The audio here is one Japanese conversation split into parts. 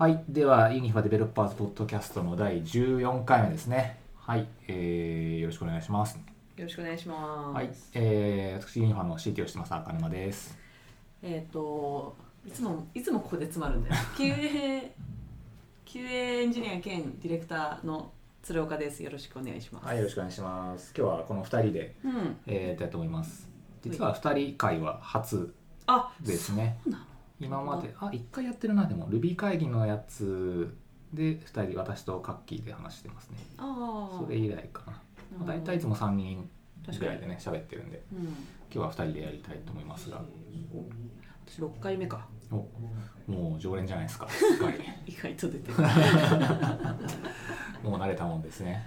はい、ではユニファデベロッパーズポッドキャストの第14回目ですね。はい、よろしくお願いします。 よろしくお願いします。 はい、私ユニファの CT をしてます赤沼です。 いつもここで詰まるんだよ。QA エンジニア兼ディレクターの鶴岡です。よろしくお願いします。 はい、よろしくお願いします。今日はこの2人で、やったいと思います。実は2人会は初ですね。 そうなの？ 今まで1回やってるな。でも Ruby 会議のやつで2人、私とカッキーで話してますね。それ以来かな。だいたいいつも3人ぐらいでね喋ってるんで、今日は2人でやりたいと思いますが、 私6回目か。 もう常連じゃないですか。 意外と出てる。 もう慣れたもんですね。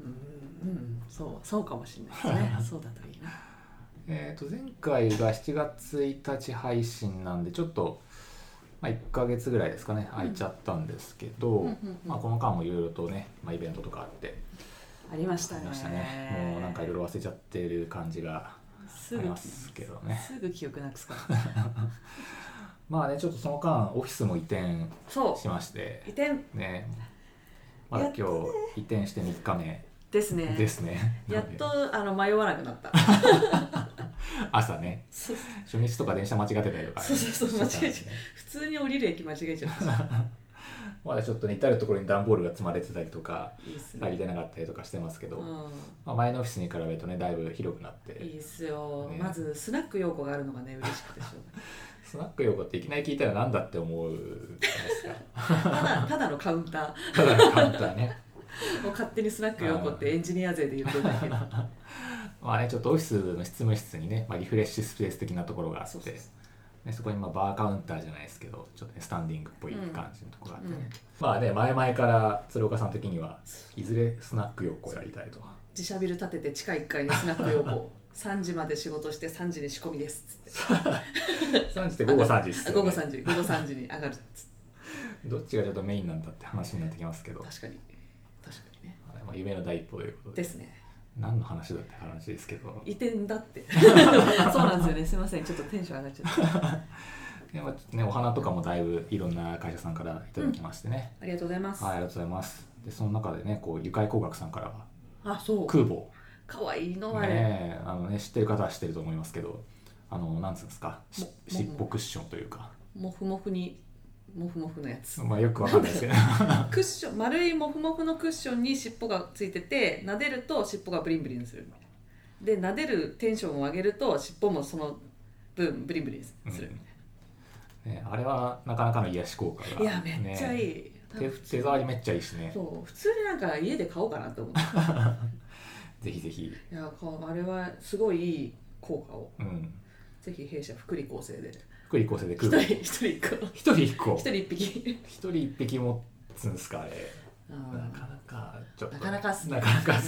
そうかもしれないですね。そうだといいな。 前回が7月1日配信なんでちょっと、1ヶ月ぐらいですかね空いちゃったんですけど、この間もいろいろとね、イベントとかあってありましたね。 もうなんかいろいろ忘れちゃってる感じがありますけどね。 すぐ記憶なくすからまあね、ちょっとその間オフィスも移転しまして、ね、まだ今日移転して3日目ですね。やっと迷わなくなった朝ね、初日とか電車間違ってたりとか、 そう間違えちゃう。普通に降りる駅間違えちゃったまだちょっと至るところに段ボールが積まれてたりとか足りてなかったりとかしてますけど、前のオフィスに比べるとねだいぶ広くなっていいですよ、まずスナック陽子があるのがね嬉しくてしょうがない。 スナック陽子っていきなり聞いたらなんだって思うじゃないですか。 ただのカウンターねもう勝手にスナック陽子ってエンジニア勢で言ってるんだけどちょっとオフィスの執務室にね、リフレッシュスペース的なところがあって、そこにバーカウンターじゃないですけどちょっとねスタンディングっぽい感じのところがあってね、前々から鶴岡さん的にはいずれスナック陽子をやりたいと。 自社ビル建てて地下1階にスナック陽子3時まで仕事して3時に仕込みですっつって 3時って午後3時ですよね。 午後3時に上がるっつってどっちがちょっとメインなんだって話になってきますけど、 確かにね、 夢の第一歩ということですね。 何の話だって話ですけど、 移転だってそうなんですよね。すいません、ちょっとテンション上がっちゃったお花とかもだいぶいろんな会社さんからいただきましてね、 ありがとうございます。 はい、ありがとうございます。でその中でね愉快工学さんからは空母かわいいのあれ、知ってる方は知ってると思いますけど、なんつうんですか、尻尾クッションというかモフモフのやつ、 よくわかんないですけどクッション、丸いモフモフのクッションに尻尾がついてて、撫でると尻尾がブリンブリンするみたいな。で撫でるテンションを上げると尻尾もその分ブリンブリンするみたいな、 あれはなかなかの癒し効果が、 いやめっちゃいい、 手触りめっちゃいいしね。 そう普通になんか家で買おうかなって思ってぜひぜひ。 いやあれはすごいいい効果を、ぜひ弊社福利厚生で空母一人一匹持つんですかあれ。なかなかちょっとなかなか今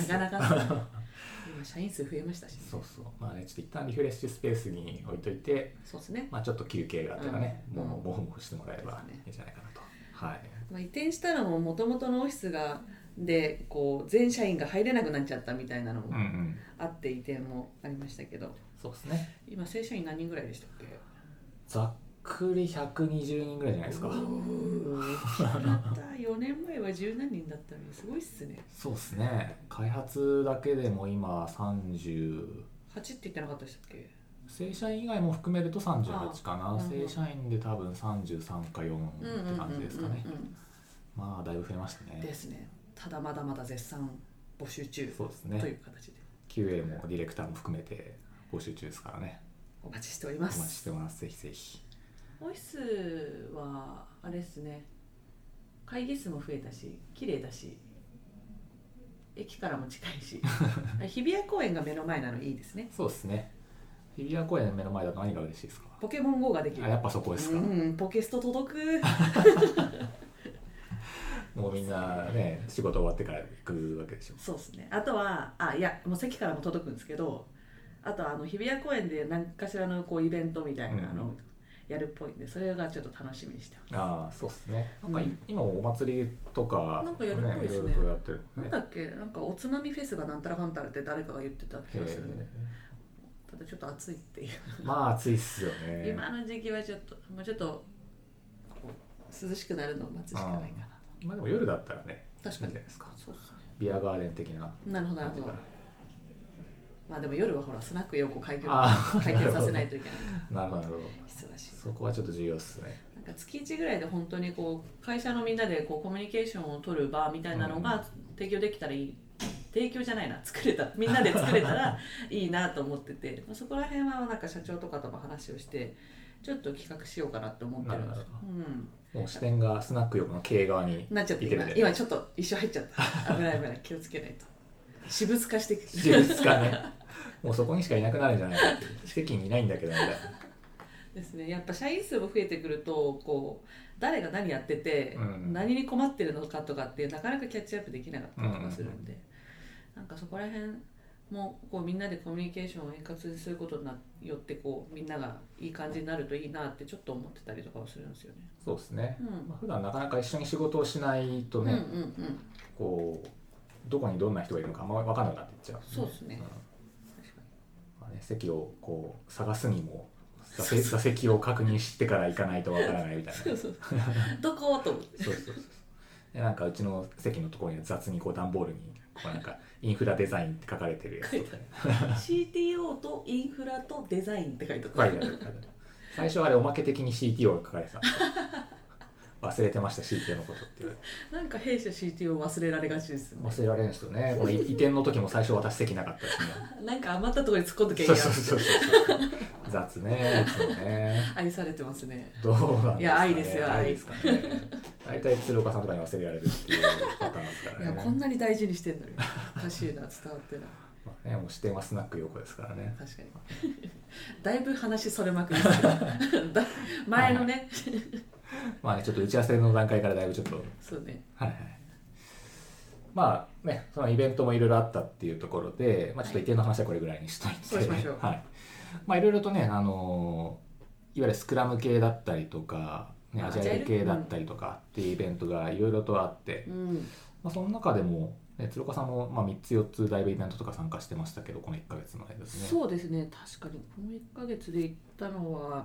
社員数増えましたし、 そうちょっと一旦リフレッシュスペースに置いといて、 そうですね、 ちょっと休憩があったらね、もふもふしてもらえばいいんじゃないかなと。 移転したのも元々のオフィスでこう全社員が入れなくなっちゃったみたいなのもあって移転もありましたけど、 そうですね。 今正社員何人ぐらいでしたっけ？ ざっくり120人ぐらいじゃないですか。 4年前は10何人だったのにすごいっすね。 そうですね。開発だけでも今38 って言ってなかったでしたっけ？ 正社員以外も含めると38かな。正社員で多分33か4って感じですかね。だいぶ増えましたね。 ですね。ただまだまだ絶賛募集中、 そうですね、 という形で QA もディレクターも含めて募集中ですからね。 お待ちしております。 お待ちしてます。ぜひぜひ。 オフィスはあれですね、会議室も増えたし綺麗だし駅からも近いし日比谷公園が目の前なのいいですね。 そうですね。日比谷公園の目の前だと何が嬉しいですか？ ポケモン GO ができる。 やっぱそこですか？ ポケスト届くもうみんなね仕事終わってから来るわけでしょ。 そうですね。あとはいやもう席からも届くんですけど、あと日比谷公園で何かしらのイベントみたいなのをやるっぽいんで、それがちょっと楽しみにしてます。 そうですね。今お祭りとかなんかやるっぽいですね。 いろいろやってる、 なんだっけ、なんかおつまみフェスがなんたらかんたらって誰かが言ってた気がするんで、ただちょっと暑いっていう暑いっすよね。 今の時期はちょっともうちょっと涼しくなるのを待つしかないかな。 まあでも夜だったらね、 確かにいいじゃないですか。 そうですね。 ビアガーデン的な。 なるほどなるほど。まあでも夜はほらスナック横開店させないといけない。 なるほどなるほど。 忙しい。 そこはちょっと重要ですね。 なんか月1ぐらいで本当にこう会社のみんなでこうコミュニケーションを取る場みたいなのが提供できたらいい。提供じゃないな、作れた、みんなで作れたらいいなと思ってて、そこら辺はなんか社長とかとも話をしてちょっと企画しようかなって思ってるんですよ。 もう視点がスナック横の経営側になっちゃって今ちょっと一緒入っちゃった。危ない危ない、気をつけないと。私物化していく。 私物化ね。もうそこにしかいなくなるんじゃないかっていう。席にいないんだけどみたいな。 ですね。やっぱ社員数も増えてくるとこう誰が何やってて、何に困ってるのかとかってなかなかキャッチアップできなかったりとかするんで、なんかそこら辺もこうみんなでコミュニケーションを円滑にすることによってこうみんながいい感じになるといいなってちょっと思ってたりとかはするんですよね。 そうですね。普段なかなか一緒に仕事をしないとね、こうどこにどんな人がいるのかあんま分からなくなっていっちゃう、 そうですね。 確かに。まあね、席をこう探すにも座席を確認してから行かないと分からないみたいな。 そうどこと思って。 そうでなんかうちの席のところには雑にこう段ボールにこうなんかインフラデザインって書かれてるやつとかね。 CTO とインフラとデザインって書いてある。 最初あれおまけ的に CTO が書かれてたんですよ。忘れてました CTO のことって言われて。 なんか弊社 CTO 忘れられがちですよね。 忘れられるんですよね。この移転の時も最初私席なかったですね。 なんか余ったところに突っ込んどきゃいいや。 そう雑ね、いつもね。 愛されてますね。 どうなんですかね。 いや愛ですよ、 愛ですかね。大体鶴岡さんとかに忘れられるっていうパターンですからね。 いやこんなに大事にしてんのにおかしいな、伝わってない。 まあね、もう視点はスナック横ですからね。 確かに。だいぶ話それまくりですけど前のねまあね、ちょっと打ち合わせの段階からだいぶちょっとそうね。 まあね、そのイベントもいろいろあったっていうところで、まあ、ちょっと移転の話はこれぐらいにしといて、 そうしましょう。 まあいろいろとね、いわゆるスクラム系だったりとか、ね、アジャイル系だったりとかっていうイベントがいろいろとあって、まあ、その中でも、ね、鶴岡さんもまあ3つ4つだいぶイベントとか参加してましたけど、この1ヶ月の間ですね。 そうですね、確かにこの1ヶ月で行ったのは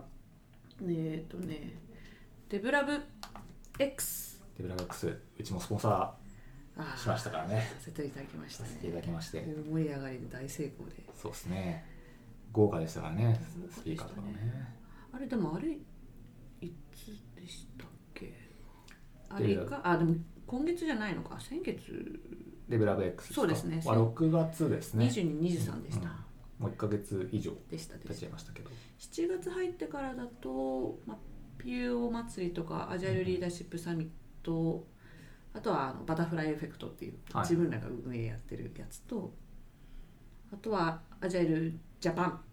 デブラブ X。 デブラブ X、 うちもスポンサーしましたからね。 させていただきましたね。 させていただきまして、 盛り上がりで大成功で。 そうですね、豪華でしたからね、スピーカーとかもね。 あれでもいつでしたっけ。あれか、でも今月じゃないのか、先月。 デブラブ X そうですね、 6月ですね。 22、23でした。 もう1ヶ月以上でした経っちゃいましたけど、 7月入ってからだと、PO 祭りとかアジャイルリーダーシップサミット、あとはバタフライエフェクトっていう、自分らが運営やってるやつと、あとはアジャイルジャパン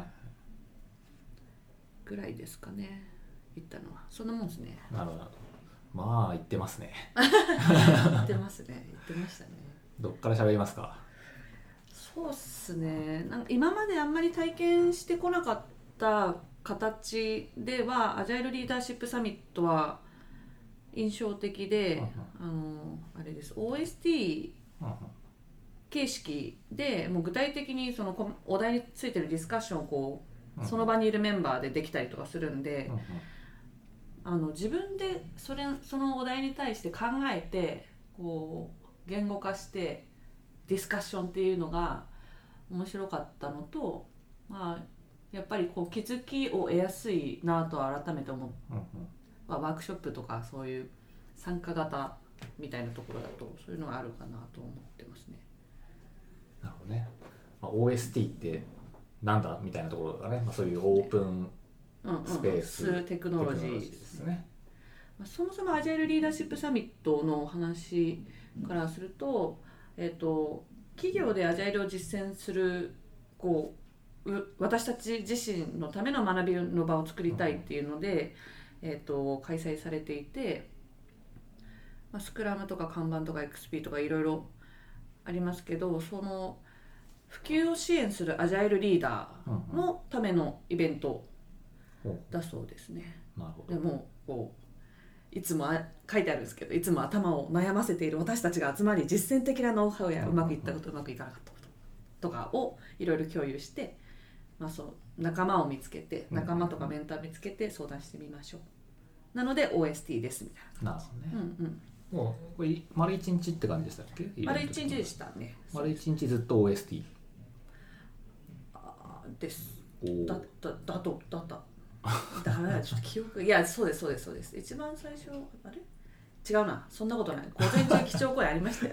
ぐらいですかね、行ったのは。そんなもんですね。 なるほど。まあ行ってますね。 行ってますね。行ってましたね。 どっから喋りますか。 そうっすね、なんか今まであんまり体験してこなかった形ではアジャイルリーダーシップサミットは印象的で、あれです、 OST 形式でもう具体的にそのお題についてるディスカッションをこうその場にいるメンバーでできたりとかするんで、自分でそのお題に対して考えてこう言語化してディスカッションっていうのが面白かったのと、やっぱりこう気づきを得やすいなと改めて思って、ワークショップとかそういう参加型みたいなところだとそういうのがあるかなと思ってますね。 なるほどね。OST ってなんだみたいなところがね、そういうオープンスペース、 テクノロジーですね。 そもそもアジャイルリーダーシップサミットの話からすると、企業でアジャイルを実践するこう私たち自身のための学びの場を作りたいっていうので、開催されていて、スクラムとかカンバンとか XP とかいろいろありますけど、その普及を支援するアジャイルリーダーのためのイベントだそうですね。 なるほど。 でもこういつも書いてあるんですけど、いつも頭を悩ませている私たちが集まり、実践的なノウハウやうまくいったこと、うまくいかなかったこととかをいろいろ共有して、そう仲間を見つけて、仲間とかメンター見つけて相談してみましょうなので OST ですみたいなるほどね、 な、うんもうこれ丸一日って感じでしたっけ？ 丸1日でしたね。 丸一日ずっと OST です。 おーだめだ、ちょっと記憶、いや、そうです一番最初、あれ違うな、そんなことない。午前中基調講演ありましたよ。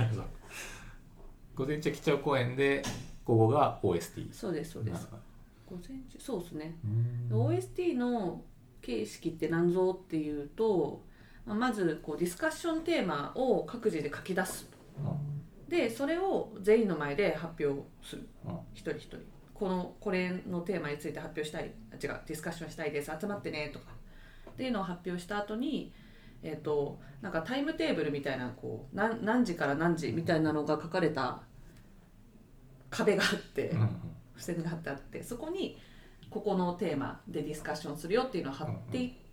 午前中基調講演で午後が OST。 そうです午前中、そうですね。 うん OST の形式って何ぞっていうと、まずこうディスカッションテーマを各自で書き出す。でそれを全員の前で発表する、一人一人これのテーマについて発表したい、ディスカッションしたいです、集まってねとかっていうのを発表した後に、なんかタイムテーブルみたいな、こう何時から何時みたいなのが書かれた壁があって、付箋が貼ってあって、そこにここのテーマでディスカッションするよっていうのを貼っていって、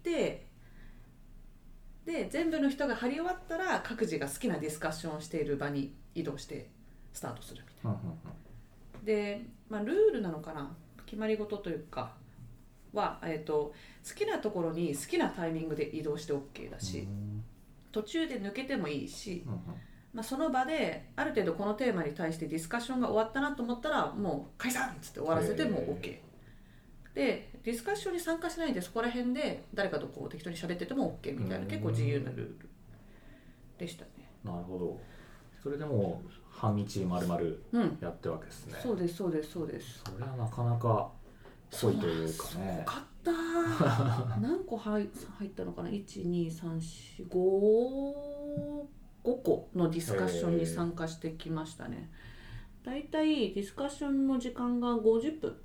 で全部の人が貼り終わったら各自が好きなディスカッションをしている場に移動してスタートするみたいな。で、ルールなのかな、決まり事というかは、好きなところに好きなタイミングで移動して OK だし、途中で抜けてもいいし、その場である程度このテーマに対してディスカッションが終わったなと思ったらもう解散っつって終わらせても OK で、ディスカッションに参加しないでそこら辺で誰かとこう適当に喋ってても OK みたいな、結構自由なルールでしたね。 なるほど。それでも半日丸々やってるわけですね。 そうです。それはなかなか濃いというかね。 すごかった何個入ったのかな、12345個のディスカッションに参加してきましたね。だいたいディスカッションの時間が50分。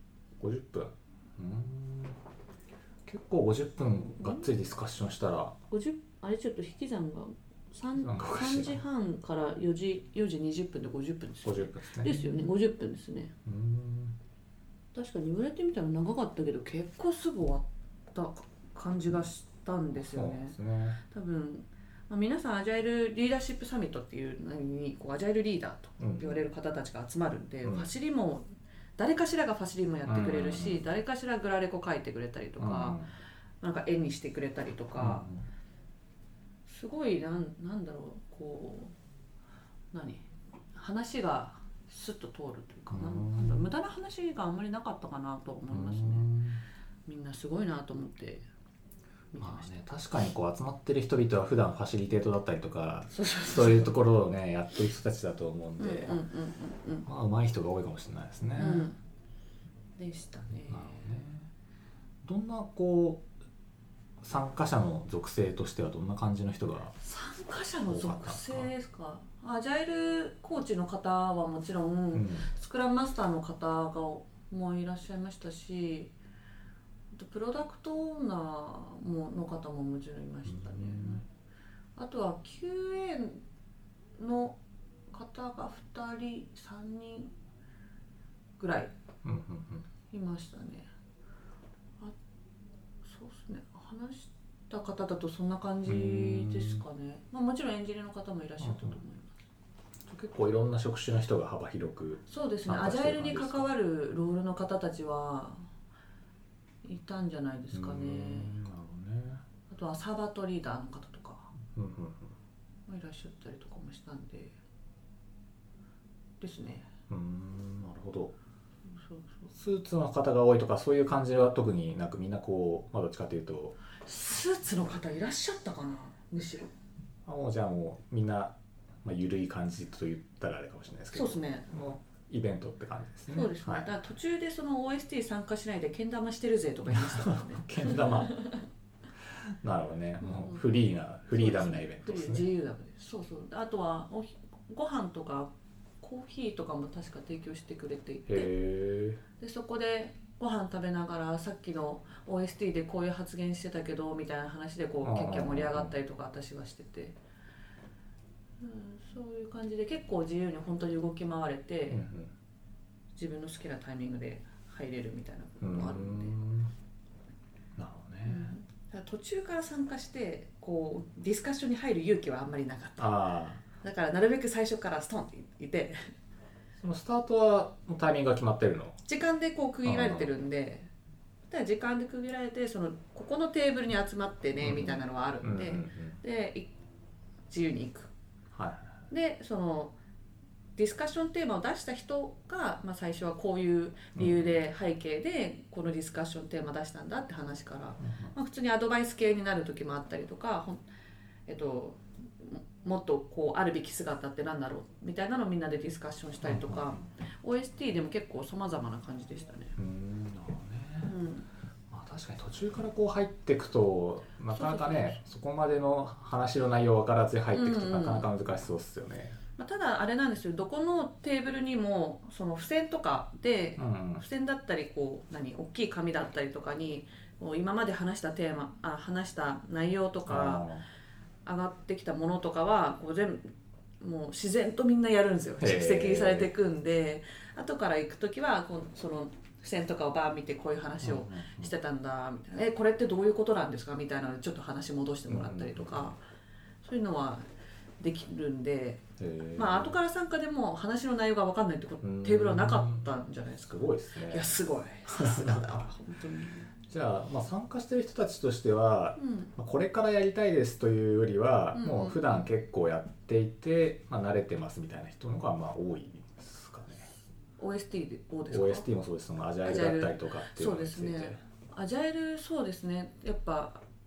結構50分がっつりディスカッションしたらあれちょっと引き算が 3時半から4時20分で50分ですよね。 50分ですね。 ですよね、50分ですね。確かに言われてみたら長かったけど結構すぐ終わった感じがしたんですよね。 そうですね。 多分、皆さんアジャイルリーダーシップサミットっていうのにこうアジャイルリーダーと言われる方たちが集まるんで、ファシリも誰かしらがファシリもやってくれるし、誰かしらグラレコ書いてくれたりとか、なんか絵にしてくれたりとか、すごいなんだろう、こう話がスッと通るというか、なんだ無駄な話があんまりなかったかなと思いますね。みんなすごいなと思って見てました。 確かにこう集まってる人々は普段ファシリテートだったりとかそういうところをねやってる人たちだと思うんで、上手い人が多いかもしれないですね。 でしたね。 なるほどね。どんなこう参加者の属性としてはどんな感じの人が？ 参加者の属性ですか。アジャイルコーチの方はもちろん、スクラムマスターの方がもいらっしゃいましたし、プロダクトオーナーの方ももちろんいましたね。あとは QA の方が2人3人ぐらいいましたね。そうですね、話した方だとそんな感じですかね。もちろんエンジニアの方もいらっしゃったと思います。 結構いろんな職種の人が幅広く。 そうですね、アジャイルに関わるロールの方たちはいたんじゃないですかね。 なるほどね。 あとはサーバートリーダーの方とかもいらっしゃったりとかもしたんでですね。 なるほど。スーツの方が多いとかそういう感じは特になく、みんなこうどっちかというと。 スーツの方いらっしゃったかな、むしろ。 もうじゃあもうみんな、緩い感じと言ったらあれかもしれないですけど。 そうですね。 イベントって感じですね。 そうですね。だから途中でその OST 参加しないでけん玉してるぜとか言いましたからね。 けん玉。なるほどね。もうフリーダムなイベントですね。 自由だからです。そう。あとはご飯とかコーヒーとかも確か提供してくれていて、でそこでご飯食べながらさっきの OST でこういう発言してたけどみたいな話でこうキャッキャ盛り上がったりとか私はしてて、そういう感じで結構自由に本当に動き回れて、自分の好きなタイミングで入れるみたいなこともあるので。 なるほどね。 途中から参加してこうディスカッションに入る勇気はあんまりなかった。だからなるべく最初からストンっていて、そのスタートはタイミングが決まってるの？ 時間でこう区切られてるんで、 だから時間で区切られてここのテーブルに集まってねみたいなのはあるんで、で自由に行く、 はい、 でディスカッションテーマを出した人が、最初はこういう理由で背景でこのディスカッションテーマ出したんだって話から、普通にアドバイス系になる時もあったりとか、もっとこうあるべき姿ってなんだろうみたいなのをみんなでディスカッションしたりとか、OST でも結構様々な感じでしたね。 なるほどね。確かに途中からこう入っていくとなかなかね、そこまでの話の内容分からずに入っていくとなかなか難しそうですよね。 ただあれなんですよ、どこのテーブルにもその付箋とかで、付箋だったり大きい紙だったりとかに今まで話した内容とか上がってきたものとかは全部もう自然とみんなやるんですよ。蓄積されていくんで、後から行く時はその付箋とかをバー見てこういう話をしてたんだみたいな、これってどういうことなんですかみたいなのでちょっと話戻してもらったりとか、そういうのはできるんで、後から参加でも話の内容が分かんないってことテーブルはなかったんじゃないですか。 すごいですね。 いやすごい、さすがだわ本当に。 じゃあ、参加してる人たちとしては、これからやりたいですというよりは、もう普段結構やっていて、慣れてますみたいな人の方が多いですかね。 OST でどうですか？ OST もそうです。アジャイルだったりとかっていうのについて。そうですね。 アジャイル、そうですね。やっぱ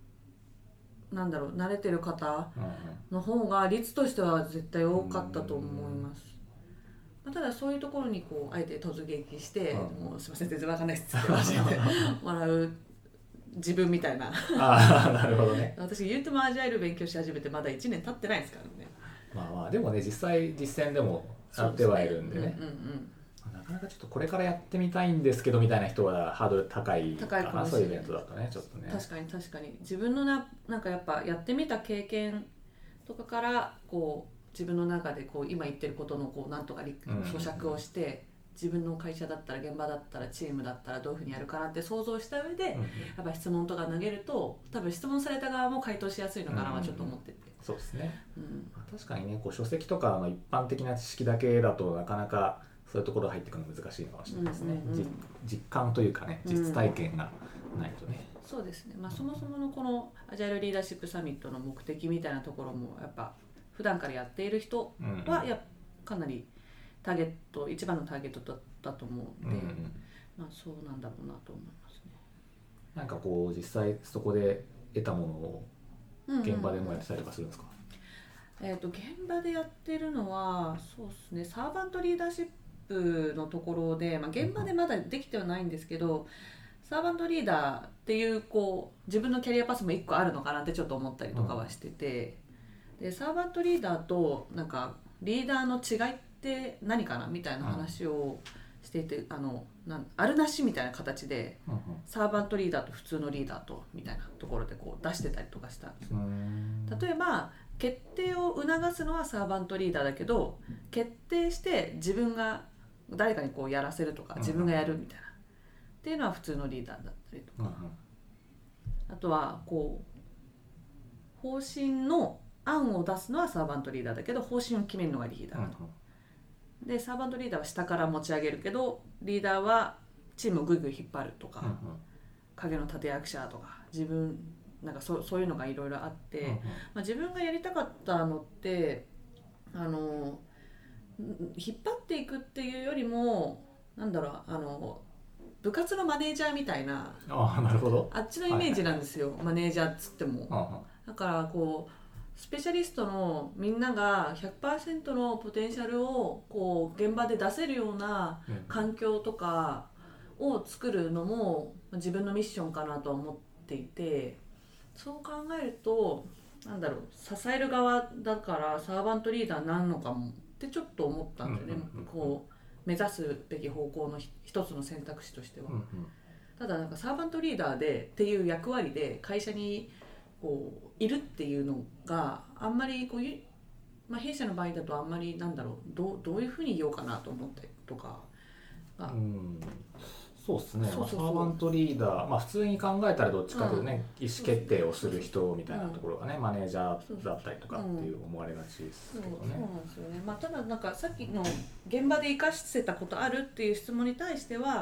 慣れてる方の方が率としては絶対多かったと思います。ただそういうところにあえて突撃して、もうすいません全然わかんないっつって教えてもらう自分みたいな。 なるほどね。 私言うてもアジャイル勉強し始めてまだ1年経ってないですからね。 でもね、実際実践でもやってはいるんでね。なかなかちょっとこれからやってみたいんですけどみたいな人はハードル高いかな、そういうイベントだとね、ちょっとね。 確かに自分のやっぱやってみた経験とかから自分の中で今言ってることのなんとか咀嚼をして、自分の会社だったら現場だったらチームだったらどういうふうにやるかなって想像した上で、やっぱ質問とか投げると多分質問された側も回答しやすいのかなはちょっと思ってて。 そうですね。確かにね、書籍とかの一般的な知識だけだとなかなかそういうところ入っていくの難しいかもしれないですね。実感というかね、実体験がないとね。 そうですね。そもそものこのアジャイルリーダーシップサミットの目的みたいなところもやっぱ普段からやっている人はかなり一番のターゲットだと思うので、そうなんだろうなと思いますね。 なんか実際そこで得たものを現場でもやってたりとかするんですか？ 現場でやってるのはそうですね、サーバントリーダーシップのところで、現場でまだできてはないんですけど、サーバントリーダーっていう自分のキャリアパスも1個あるのかなってちょっと思ったりとかはしてて、でサーバントリーダーとリーダーの違いって何かなみたいな話をしていて、あるなしみたいな形で、サーバントリーダーと普通のリーダーとみたいなところで出してたりとかしたんですよ。例えば決定を促すのはサーバントリーダーだけど、決定して自分が誰かにやらせるとか自分がやるみたいな、っていうのは普通のリーダーだったりとか、あとは方針の案を出すのはサーバントリーダーだけど方針を決めるのがリーダーと、でサーバントリーダーは下から持ち上げるけどリーダーはチームをぐいぐい引っ張るとか、影の立役者とか自分そういうのがいろいろあって、自分がやりたかったのって引っ張っていくっていうよりも部活のマネージャーみたいな、 なるほど、 あっちのイメージなんですよ、マネージャーっつっても。だからスペシャリストのみんなが 100% のポテンシャルを現場で出せるような環境とかを作るのも自分のミッションかなと思っていて、そう考えると支える側だからサーバントリーダーなんのかもってちょっと思ったんですよね。目指すべき方向の一つの選択肢としては。ただサーバントリーダーでっていう役割で会社にいるっていうのがあんまり弊社の場合だとあんまりどういうふうに言おうかなと思ったりとかが、 そうですね。サーバントリーダー、普通に考えたらどっちかというとね、意思決定をする人みたいなところがね、マネージャーだったりとかっていう思われがちですけどね。 そうなんですよね。たださっきの現場で活かせたことあるっていう質問に対しては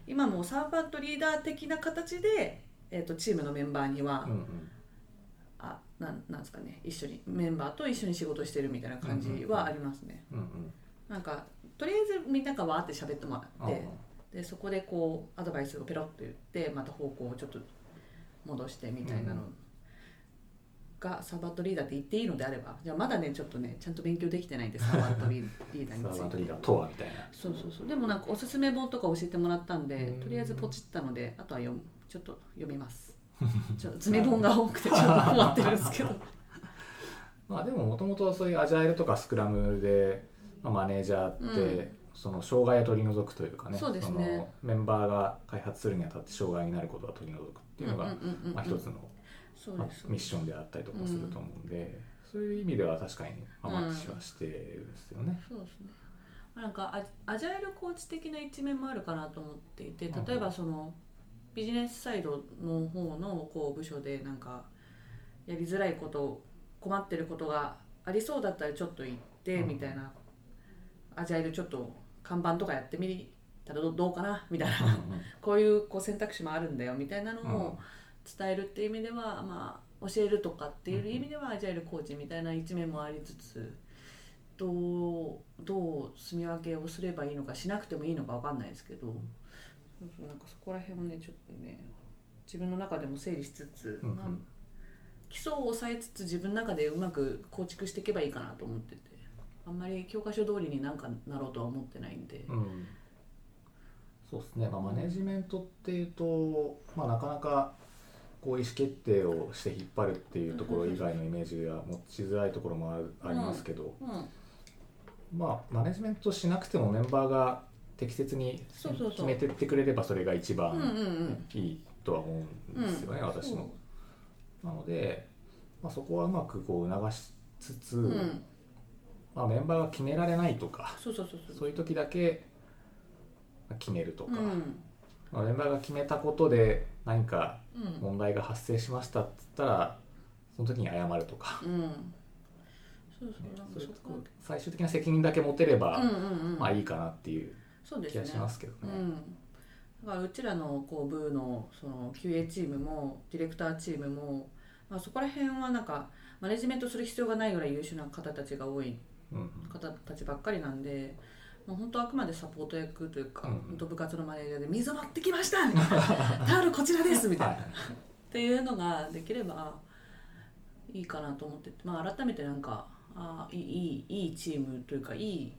今もサーバントリーダー的な形で、チームのメンバーには、なんですかね、一緒にメンバーと一緒に仕事してるみたいな感じはありますね。なんかとりあえずみんながわーって喋ってもらって、でそこでこうアドバイスをペロッと言ってまた方向をちょっと戻してみたいなのがサーバントリーダーって言っていいのであれば、じゃあまだねちょっとねちゃんと勉強できてないんでサーバントリーダーについて。 サーバントリーダーとはみたいな。 そうでもなんかおすすめ本とか教えてもらったんで、とりあえずポチったのであとはちょっと読みます。ちょっと詰め本が多くてちょっと困ってるんですけどまあでももともとそういうアジャイルとかスクラムで、マネージャーって、その障害を取り除くというかね、 そうですね、 そのメンバーが開発するにあたって障害になることを取り除くっていうのが一つのミッションであったりとかすると思うんで、そういう意味では確かにマッチはしてるんですよね。 そうですね。なんかアジャイルコーチ的な一面もあるかなと思っていて、例えばそのビジネスサイドの方のこう部署でなんかやりづらいこと困ってることがありそうだったらちょっと言ってみたいな、アジャイルちょっと看板とかやってみたらどうかなみたいなこういう選択肢もあるんだよみたいなのを伝えるっていう意味では、教えるとかっていう意味ではアジャイルコーチみたいな一面もありつつ、どう住み分けをすればいいのかしなくてもいいのか分かんないですけど、なんかそこら辺をねちょっとね自分の中でも整理しつつ、基礎を抑えつつ自分の中でうまく構築していけばいいかなと思ってて、あんまり教科書通りになんかなろうとは思ってないんで、 そうですね。マネジメントっていうと、なかなかこう意思決定をして引っ張るっていうところ以外のイメージが持ちづらいところもありますけど、マネジメントしなくてもメンバーが適切に決めてってくれればそれが一番いいとは思うんですよね、私も。なので、そこはうまく促しつつ、メンバーが決められないとか、そういう時だけ決めるとか、メンバーが決めたことで何か問題が発生しましたって言ったら、その時に謝るとか、最終的な責任だけ持てればいいかなっていう気がしますけどね。 だからうちらの部のその QA チームもディレクターチームも、そこら辺はなんかマネジメントする必要がないぐらい優秀な方たちが多い方たちばっかりなんで、もう本当あくまでサポート役というか、本当部活のマネージャーで水持ってきましたみたいなタオルこちらですみたいなっていうのができればいいかなと思ってて、改めてなんかいいチームというかいい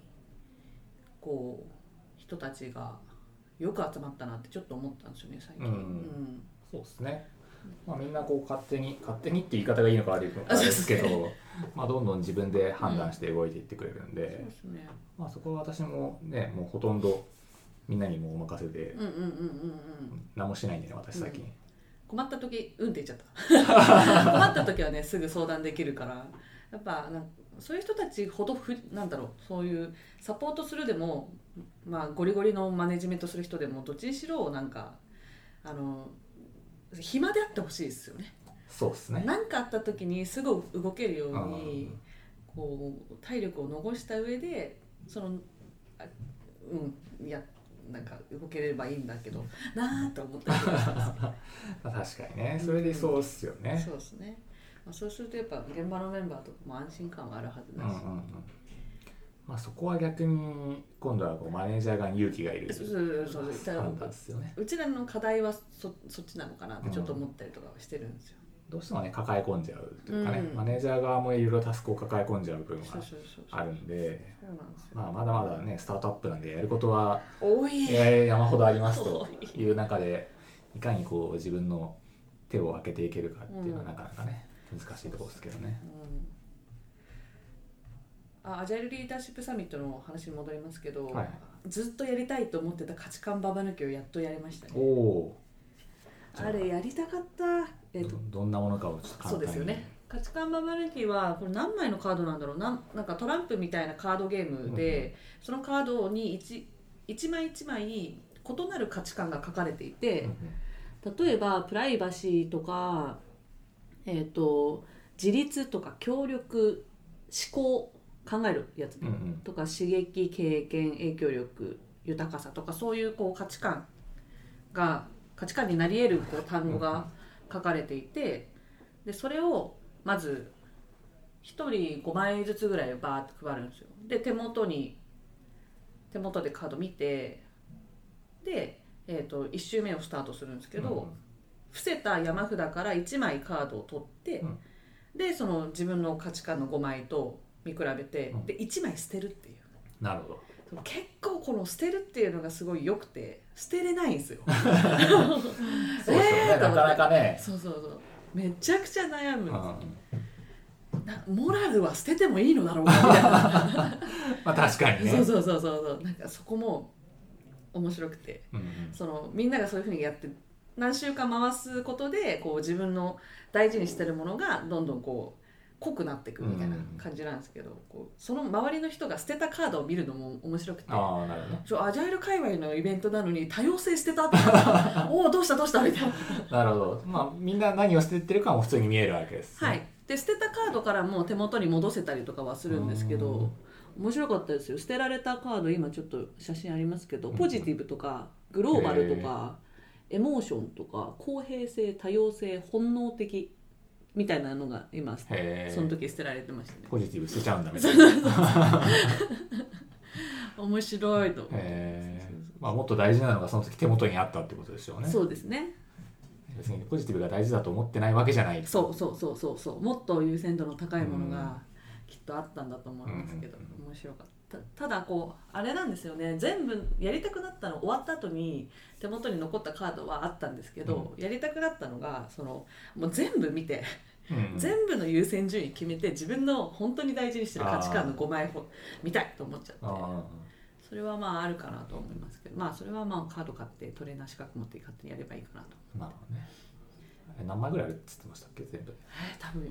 人たちがよく集まったなってちょっと思ったんですよね最近。 そうですね。みんな勝手にって言い方がいいのか悪いのかですけどどんどん自分で判断して動いていってくれるんで、そこは私もねもうほとんどみんなにもお任せで何もしないんでね、私最近、 困った時って言っちゃった困った時はねすぐ相談できるから、やっぱそういう人たちほどそういうサポートするでも、ゴリゴリのマネジメントする人でもどっちにしろ暇であってほしいですよね。 そうですね。 何かあった時にすぐ動けるように体力を残した上でなんか動ければいいんだけどなぁと思ったりします確かにね、それでそうっすよね。 そうですね。そうするとやっぱ現場のメンバーとかも安心感はあるはずだし、 そこは逆に今度はマネージャーが勇気がいる判断ですよね。 うちらの課題はそっちなのかなってちょっと思ったりとかはしてるんですよ。 どうしてもね抱え込んじゃうというかね、マネージャー側もいろいろタスクを抱え込んじゃう部分があるんで、まだまだねスタートアップなんでやることは山ほどありますという中で、いかに自分の手を開けていけるかっていうのはなかなかね難しいところですけどね。 アジャイルリーダーシップサミットの話に戻りますけど、ずっとやりたいと思ってた価値観ババ抜きをやっとやりましたね。あれやりたかった。 どんなものかをちょっと簡単に。 そうですよね。価値観ババ抜きはこれ何枚のカードなんだろうなんかトランプみたいなカードゲームで、そのカードに一枚一枚異なる価値観が書かれていて、例えばプライバシーとか、自立とか協力、思考、考えるやつ、とか刺激、経験、影響力、豊かさとかそういう価値観が価値観になり得るこう単語が書かれていて、でそれをまず1人5枚ずつぐらいバーって配るんですよ。で手元でカード見て、で、1周目をスタートするんですけど、伏せた山札から1枚カードを取って、でその自分の価値観の5枚と見比べて、で1枚捨てるっていう。 なるほど。 結構この捨てるっていうのがすごい良くて、捨てれないんですよ。 そうですよね、なかなかね。 そうめちゃくちゃ悩むんですよ。モラルは捨ててもいいのだろうかみたいなまあ確かにね。 そうなんかそこも面白くて、そのみんながそういうふうにやって何週間回すことでこう自分の大事にしてるものがどんどんこう濃くなっていくみたいな感じなんですけど、こうその周りの人が捨てたカードを見るのも面白くて、 なるほど、 アジャイル界隈のイベントなのに多様性捨てたっておおどうしたみたいな。なるほど。まあみんな何を捨ててるかも普通に見えるわけです、ね。 はい。で捨てたカードからも手元に戻せたりとかはするんですけど、面白かったですよ。捨てられたカード今ちょっと写真ありますけど、ポジティブとかグローバルとかエモーションとか公平性、多様性、本能的みたいなのが今その時捨てられてましたね。 ポジティブ捨てちゃうんだみたいな。 面白いと思って。 まあもっと大事なのがその時手元にあったってことでしょうね。 そうですね。 別にポジティブが大事だと思ってないわけじゃない。 そうもっと優先度の高いものがきっとあったんだと思いますけど、面白かった。ただこうあれなんですよね、全部やりたくなったの終わった後に手元に残ったカードはあったんですけど、やりたくなったのがもう全部見て全部の優先順位決めて自分の本当に大事にしてる価値観の5枚を見たいと思っちゃって、それはまああるかなと思いますけど、まあそれはまあカード買ってトレーナー資格持って勝手にやればいいかなと。 なるほどね。何枚ぐらいあるって言ってましたっけ全部。 多分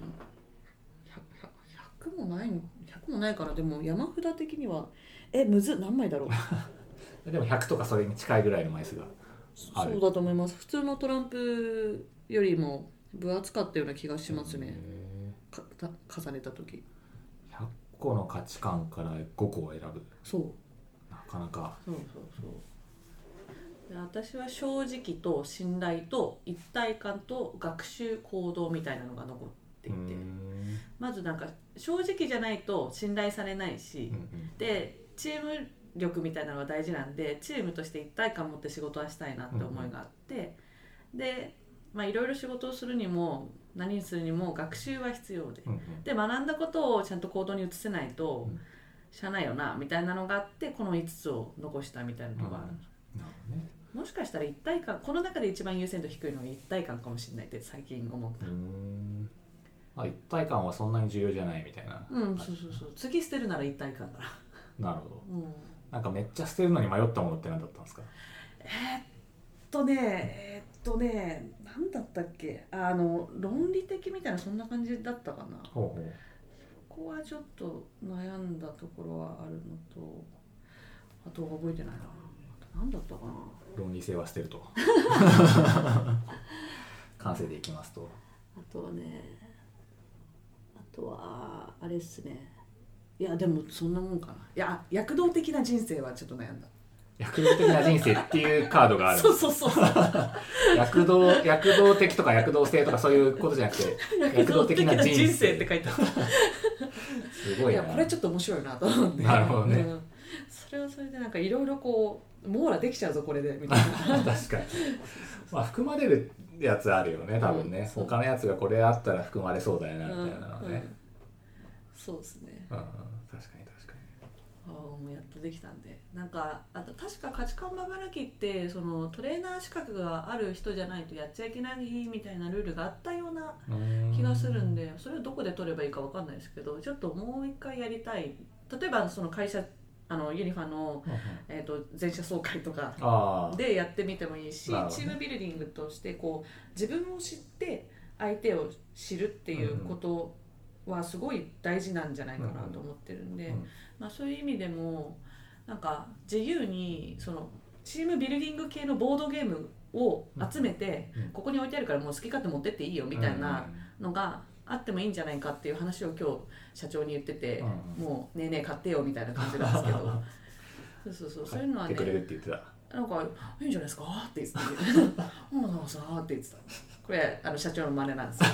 100もないから、でも山札的にはむず何枚だろうでも100とかそれに近いぐらいの枚数がある。 そうだと思います。普通のトランプよりも分厚かったような気がしますね。重ねた時 100個の価値観から5個を選ぶ。 そうなかなか。 そうで私は正直と信頼と一体感と学習行動みたいなのが残っていて、まずなんか正直じゃないと信頼されないし、でチーム力みたいなのが大事なんで、チームとして一体感持って仕事はしたいなって思いがあって、でまあいろいろ仕事をするにも何にするにも学習は必要で、で学んだことをちゃんと行動に移せないとしゃあないよなみたいなのがあって、この5つを残したみたいなのがある。もしかしたら一体感、この中で一番優先度低いのは一体感かもしれないって最近思った。 一体感はそんなに重要じゃないみたいな。 そう次捨てるなら一体感だなるほど、なんかめっちゃ捨てるのに迷ったものって何だったんですか？ 何だったっけ、論理的みたいなそんな感じだったかな。ここはちょっと悩んだところはあるのと、あと覚えてないな。何だったかな。 論理性は捨てると完成でいきますと。 あとはあれっすね。いやでもそんなもんかな。いや躍動的な人生はちょっと悩んだ。 躍動的な人生っていうカードがある。 そう躍動的とか躍動性とかそういうことじゃなくて躍動的な人生って書いてあったすごいな。 いやこれちょっと面白いなと思って。 なるほどね、 それはそれでなんかいろいろこう網羅できちゃうぞこれでみたいな確かに、まあ、含まれるやつあるよね多分ね、他のやつがこれあったら含まれそうだよなみたいなのね、 そうですね、 確かにもうやっとできたんで、なんかあと確か価値観ばばらきってそのトレーナー資格がある人じゃないとやっちゃいけないみたいなルールがあったような気がするんで、それをどこで取ればいいか分かんないですけど、ちょっともう一回やりたい。例えばその会社ユニファの、全社総会とかでやってみてもいいし、チームビルディングとしてこう自分を知って相手を知るっていうことはすごい大事なんじゃないかなと思ってるんで、まあ、そういう意味でもなんか自由にそのチームビルディング系のボードゲームを集めて、ここに置いてあるからもう好き勝手持ってっていいよみたいなのがあってもいいんじゃないかっていう話を今日社長に言ってて、もうねえねえ買ってよみたいな感じなんですけどそういうのはね、 買ってくれるって言ってた。 なんかいいんじゃないですかって言ってたって言ってた。これ社長の真似なんですよ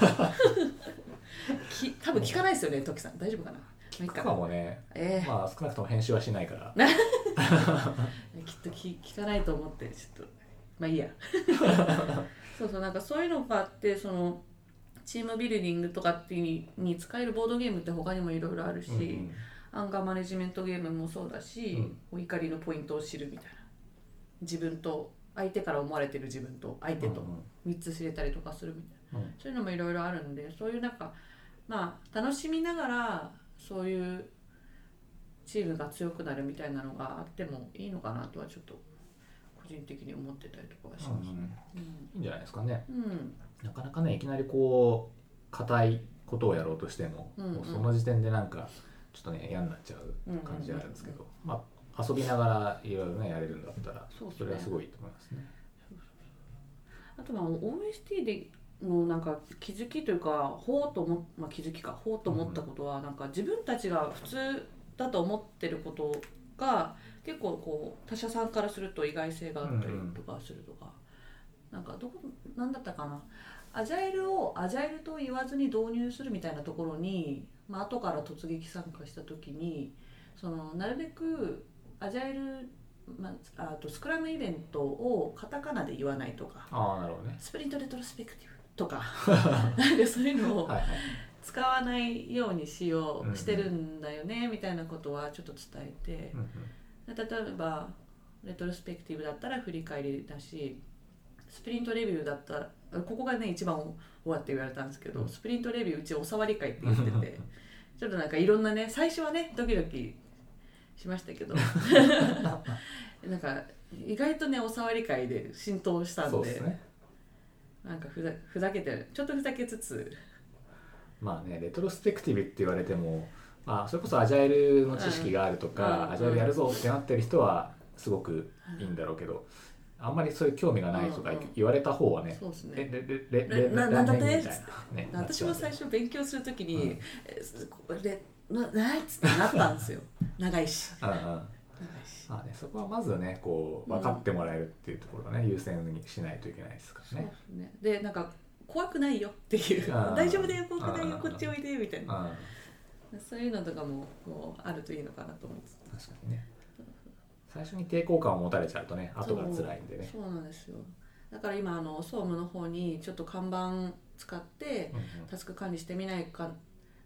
多分聞かないですよね、トキさん。大丈夫かな。 聞くかもね、まあ少なくとも編集はしないからきっと聞かないと思ってちょっとまあいいやそうなんかそういうのがあって、そのチームビルディングとかってに使えるボードゲームって他にもいろいろあるし、アンガーマネジメントゲームもそうだし、お怒りのポイントを知るみたいな、自分と相手から思われてる自分と相手と3つ知れたりとかするみたいな、そういうのもいろいろあるんで、そういうなんかまあ楽しみながらそういうチームが強くなるみたいなのがあってもいいのかなとはちょっと個人的に思ってたりとかはしますね。 いいんじゃないですかね。なかなかね、いきなりこう硬いことをやろうとしても、もうその時点でなんかちょっとね嫌になっちゃう感じがあるんですけど、まあ遊びながらいろいろねやれるんだったらそれはすごいいいと思いますね。 あとOST でのなんか気づきというか気づきかほうと思ったことは、なんか自分たちが普通だと思ってることが結構こう他者さんからすると意外性があったりとかするとか、なんかなんだったかな、アジャイルをアジャイルと言わずに導入するみたいなところに、後から突撃参加した時になるべくアジャイル、あとスクラムイベントをカタカナで言わないとか、 なるほどね、 スプリントレトロスペクティブとかなんかそういうのを使わないようにしてるんだよねみたいなことはちょっと伝えて、例えばレトロスペクティブだったら振り返りだし、スプリントレビューだったらここがね一番終わって言われたんですけど、スプリントレビューうちおさわり会って言っててちょっとなんかいろんなね、最初はねドキドキしましたけどなんか意外とねおさわり会で浸透したんで、そうですね、なんかふざけてちょっとふざけつつ、 まあね、レトロスペクティブって言われても、それこそアジャイルの知識があるとか、アジャイルやるぞってなってる人はすごくいいんだろうけど、あんまりそういう興味がないとか言われた方はね、 そうですね、 なんだってみたいな、ね、私も最初勉強するときに、ないっつってなったんですよ長いし。 そこはまずねこう分かってもらえるっていうところをね、優先にしないといけないですからね。 そうですね。でなんか怖くないよっていう大丈夫だよ怖くないよこっちおいでみたいな、そういうのとかもこうあるといいのかなと思います。 確かにね、最初に抵抗感を持たれちゃうとね後が辛いんでね。 そうなんですよ。だから今総務の方にちょっと看板使ってタスク管理してみないか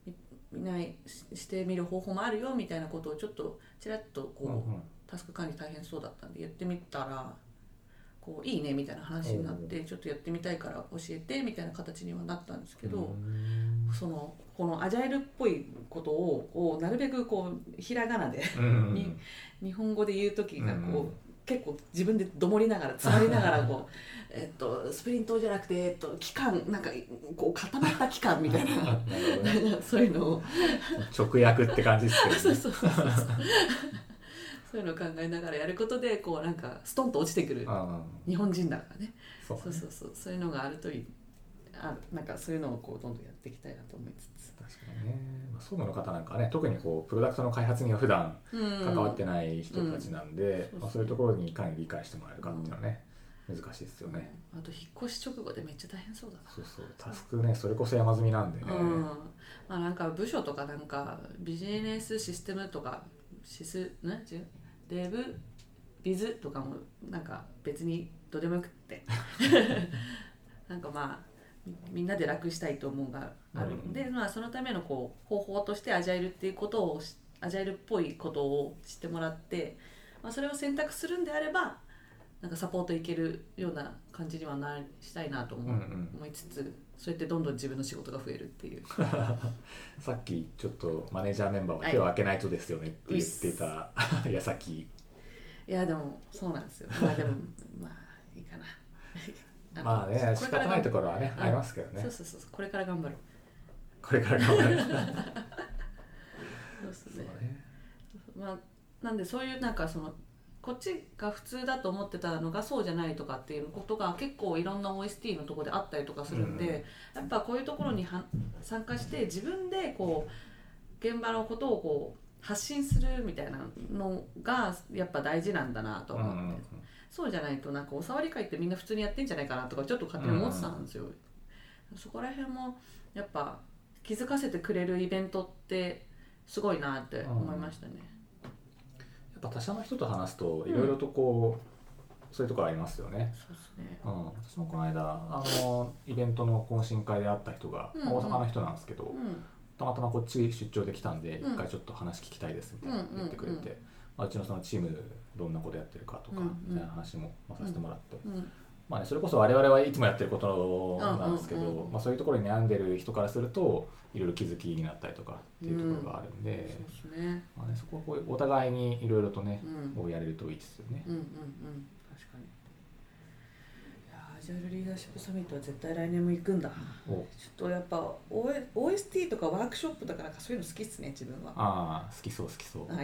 してみる方法もあるよみたいなことをちょっとちらっとこう、タスク管理大変そうだったんで言ってみたらこういいねみたいな話になって、ちょっとやってみたいから教えてみたいな形にはなったんですけど、このアジャイルっぽいことをこうなるべくこうひらがなで日本語で言う時がこう、結構自分でどもりながら詰まりながらこうスプリントじゃなくて期間なんかこう固まった期間みたいなそういうのを直訳って感じですけどね。 そういうのを考えながらやることでこうなんかストンと落ちてくる日本人だからね。そういうのがあるといい。なんかそういうのをこうどんどんやっていきたいなと思いつつ。 確かにね、総務の方なんかはね特にこうプロダクトの開発には普段関わってない人たちなんで、そういうところにいかに理解してもらえるかっていうのはね、難しいですよね。 あと引っ越し直後でめっちゃ大変そうだな。 タスクねそれこそ山積みなんでね。 なんか部署とかなんかビジネスシステムとかデブビズとかもなんか別にどうでもよくってなんかみんなで楽したいと思うがあるので、そのためのこう方法としてアジャイルっていうことをアジャイルっぽいことを知ってもらって、それを選択するんであればなんかサポートいけるような感じにはしたいなと思いつつ、そうやってどんどん自分の仕事が増えるっていうさっきちょっとマネージャーメンバーは手を開けないとですよねって言ってた矢先、 いやでもそうなんですよ。でもいいかなね、仕方ないところはねありますけどね。 そうこれから頑張る。 そうですね。なんでそういうなんかこっちが普通だと思ってたのがそうじゃないとかっていうことが結構いろんな OST のところであったりとかするんで、やっぱこういうところに参加して自分でこう現場のことをこう発信するみたいなのがやっぱ大事なんだなと思って、 そうじゃないとなんかお触り会ってみんな普通にやってんじゃないかなとかちょっと勝手に思ってたんですよ、そこら辺もやっぱ気づかせてくれるイベントってすごいなって思いましたね、 やっぱ他社の人と話すといろいろとこう、そういうところありますよね。 そうですね、 私もこの間イベントの懇親会で会った人が、大阪の人なんですけど、たまたまこっち出張で来たんで、一回ちょっと話聞きたいですみたいな言ってくれて、うちのそのチームどんなことやってるかとか、みたいな話もさせてもらって、まあね、それこそ我々はいつもやってることなんですけど、そういうところに悩んでる人からするといろいろ気づきになったりとかっていうところがあるんで、 そうですね、 まあね、そこはこうお互いにいろいろとね、やれるといいですよね。 確かに。アジャイルリーダーシップサミットは絶対来年も行くんだ。ちょっとやっぱ OST とかワークショップだからそういうの好きっすね、自分は。 ああ、好きそう。 はい。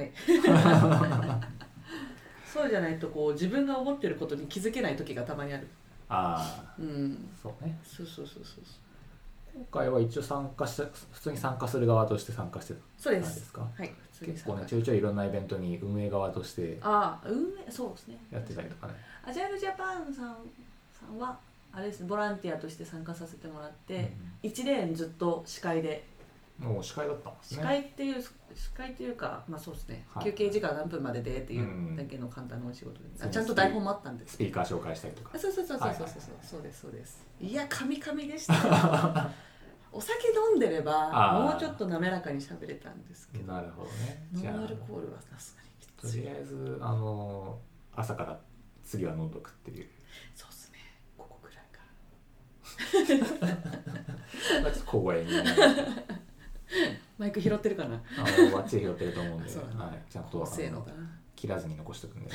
そうじゃないとこう自分が思ってることに気づけない時がたまにある。 ああ、そうね。 そう。 今回は一応普通に参加する側として参加してたんですか？ はい。 結構ね、ちょいちょいいろんなイベントに運営側としてそうですね。 やってたりとかね。 アジャイルジャパンさんはあれですね、ボランティアとして参加させてもらって、1レーンずっと司会で。 もう司会だったんですね。 司会っていうか、まあそうですね、休憩時間何分まででっていうだけの簡単なお仕事で、ちゃんと台本もあったんでスピーカー紹介したりとか。 そうです。いや神々でしたお酒飲んでればもうちょっと滑らかに喋れたんですけど、 なるほどね。 ノンアルコールはさすがにきつい。 とりあえず朝から次は飲んどくっていう。 そうですね、ここくらいか小声にマイク拾ってるかな。 バッチリ拾ってると思うんで、ちゃんと切らずに残しておくんで。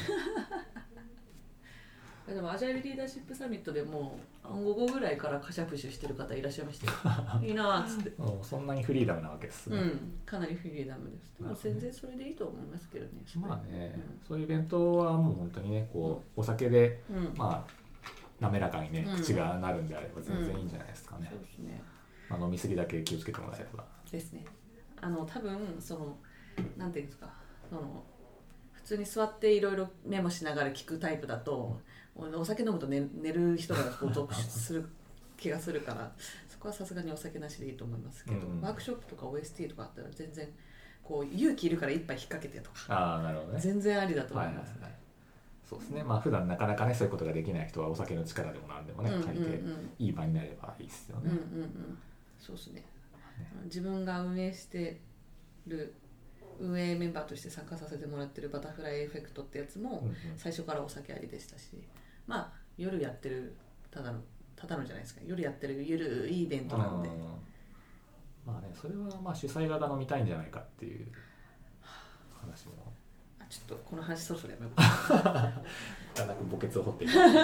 でもアジャイルリーダーシップサミットでも午後ぐらいからカシャプシュしてる方いらっしゃいましたよ。いいなーっつって。 そんなにフリーダムなわけですね。 かなりフリーダムです。でも全然それでいいと思いますけどね。 まあね、そういうイベントはもう本当にね、こうお酒でまあ滑らかにね口がなるんであれば全然いいんじゃないですかね。そうですね。飲み過ぎだけ気をつけてもらえれば。 ですね。多分なんていうんですか、普通に座っていろいろメモしながら聞くタイプだと、お酒飲むと寝る人が続出する気がするから、そこはさすがにお酒なしでいいと思いますけど、ワークショップとか OST とかあったら全然こう勇気いるから一杯引っ掛けてとか、 なるほどね、 全然ありだと思います。 そうですね。まあ普段なかなかねそういうことができない人はお酒の力でもなんでもね借りていい場になればいいですよね。 そうですね。自分が運営してる運営メンバーとして参加させてもらってるバタフライエフェクトってやつも最初からお酒ありでしたし、まあ夜やってるただのじゃないですか、夜やってるゆるいイベントなんで、 まあね、それはまあ主催側が飲みたいんじゃないかっていう話もちょっとこの話そろそろやめようかな。 墓穴を掘っていくですね。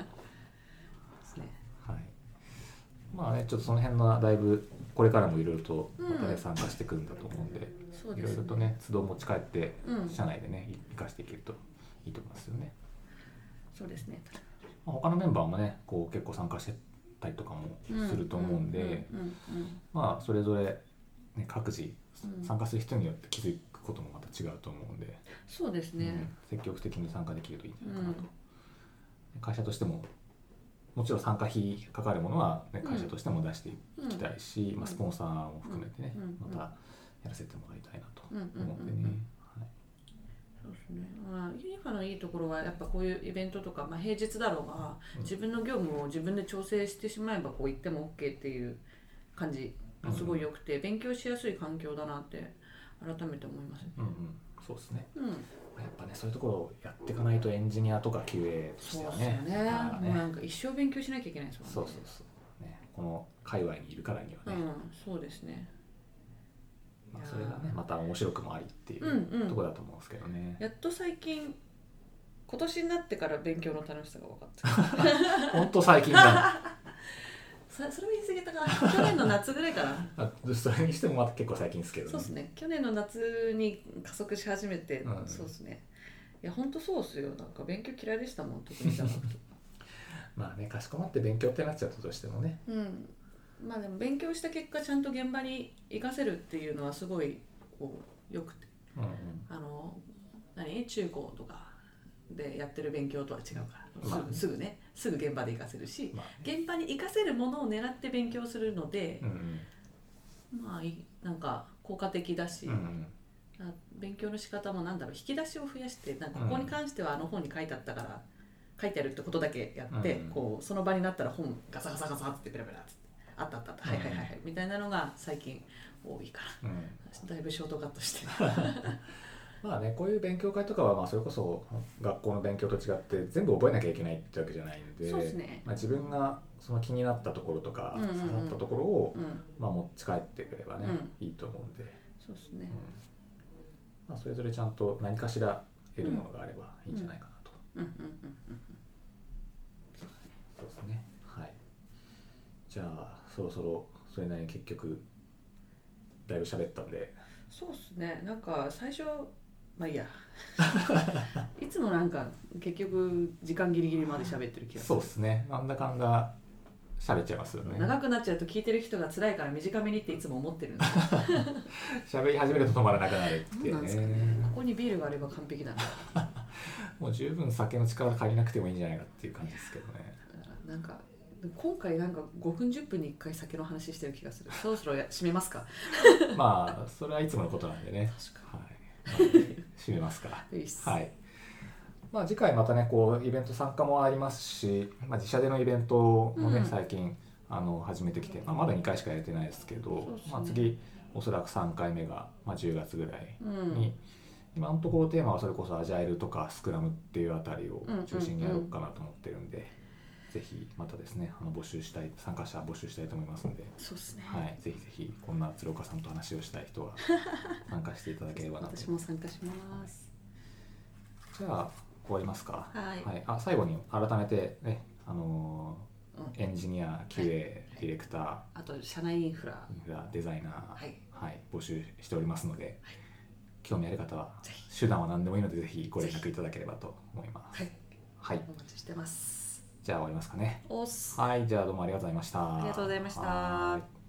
はい。まあね、ちょっとその辺のだいぶこれからもいろいろとまたね参加していくんだと思うんで、いろいろとね都度持ち帰って社内でね生かしていけるといいと思いますよね。 そうですね。 他のメンバーもねこう結構参加してたりとかもすると思うんで、まあそれぞれ、ね、各自参加する人によって気づくこともまた違うと思うんで、 そうですね、 積極的に参加できるといいんじゃないかなと。会社としてももちろん参加費かかるものは、ね、会社としても出していきたいし、スポンサーも含めてね、またやらせてもらいたいなと思うんでね。 そうですね。ユニファのいいところはやっぱこういうイベントとか、平日だろうが、自分の業務を自分で調整してしまえばこう言っても OK っていう感じがすごい良くて、勉強しやすい環境だなって改めて思いますね。 そうですね。やっぱねそういうところをやっていかないとエンジニアとか QA としてはね、 もうなんか一生勉強しなきゃいけないですもんね。 そうね、この界隈にいるからにはね。 そうですね。 それがねまた面白くもありっていうところだと思うんですけどね。 やっと最近今年になってから勉強の楽しさが分かった。 本当最近だ。 それも言い過ぎたかな。去年の夏ぐらいかな。 それにしてもまた結構最近ですけどね。 そうですね。去年の夏に加速し始めて、そうですね。いや本当そうっすよ。なんか勉強嫌いでしたもん、特に座学とか。 まあね、かしこまって勉強ってなっちゃったとしてもね。 まあでも勉強した結果ちゃんと現場に活かせるっていうのはすごいこう良くて、中高とかでやってる勉強とは違うから、 まあすぐ現場で活かせるし、 まあ現場に活かせるものを狙って勉強するので、 うんまあなんか効果的だし、 うん勉強の仕方も引き出しを増やして、なんかここに関してはあの本に書いてあったから、書いてあるってことだけやって、こうその場になったら本ガサガサガサってペラペラってあったはいはいはいはいみたいなのが最近多いから、だいぶショートカットしてまあね、こういう勉強会とかはまあそれこそ学校の勉強と違って全部覚えなきゃいけないってわけじゃないんで、 そうですね、 まあ、自分がその気になったところとか刺さったところをまあ持ち帰ってくればね、いいと思うんで、 そうですね、 まあ、それぞれちゃんと何かしら得るものがあればいいんじゃないかなと。そうですね。はい。じゃあそろそろそれなりに結局だいぶ喋ったんで。 そうですね。なんか最初まあいいやいつもなんか結局時間ギリギリまで喋ってる気がする。 そうですね。なんだかんだ喋っちゃいますよね。 長くなっちゃうと聞いてる人が辛いから短めにっていつも思ってるんですよ。喋り始めると止まらなくなるっていうね。 なんですかね。ここにビールがあれば完璧だなもう十分酒の力借りなくてもいいんじゃないかっていう感じですけどね。 なんか今回なんか5分10分に1回酒の話してる気がする。そろそろ締めますかまあそれはいつものことなんでね。 確かに、はい、締めますかはい。まあ、次回またねこうイベント参加もありますし、まあ、自社でのイベントもね、最近始めてきて、まあ、まだ2回しかやれてないですけど、まあ、次おそらく3回目が、まあ、10月ぐらいに、今のところテーマはそれこそアジャイルとかスクラムっていうあたりを中心にやろうかなと思ってるんで、ぜひまたですね参加者募集したいと思いますので、 そうですね、 はい、ぜひぜひこんな鶴岡さんと話をしたい人は参加していただければなと私も参加します。 じゃあ終わりますか。 はい。 最後に改めてね、エンジニア、QA、ディレクター、 あと社内インフラ、 デザイナー、募集しておりますので、興味ある方は手段は何でもいいのでぜひご連絡いただければと思います。はい。 お待ちしてます。 じゃあ終わりますかね。 おっす。 はい、じゃあどうもありがとうございました。 ありがとうございました。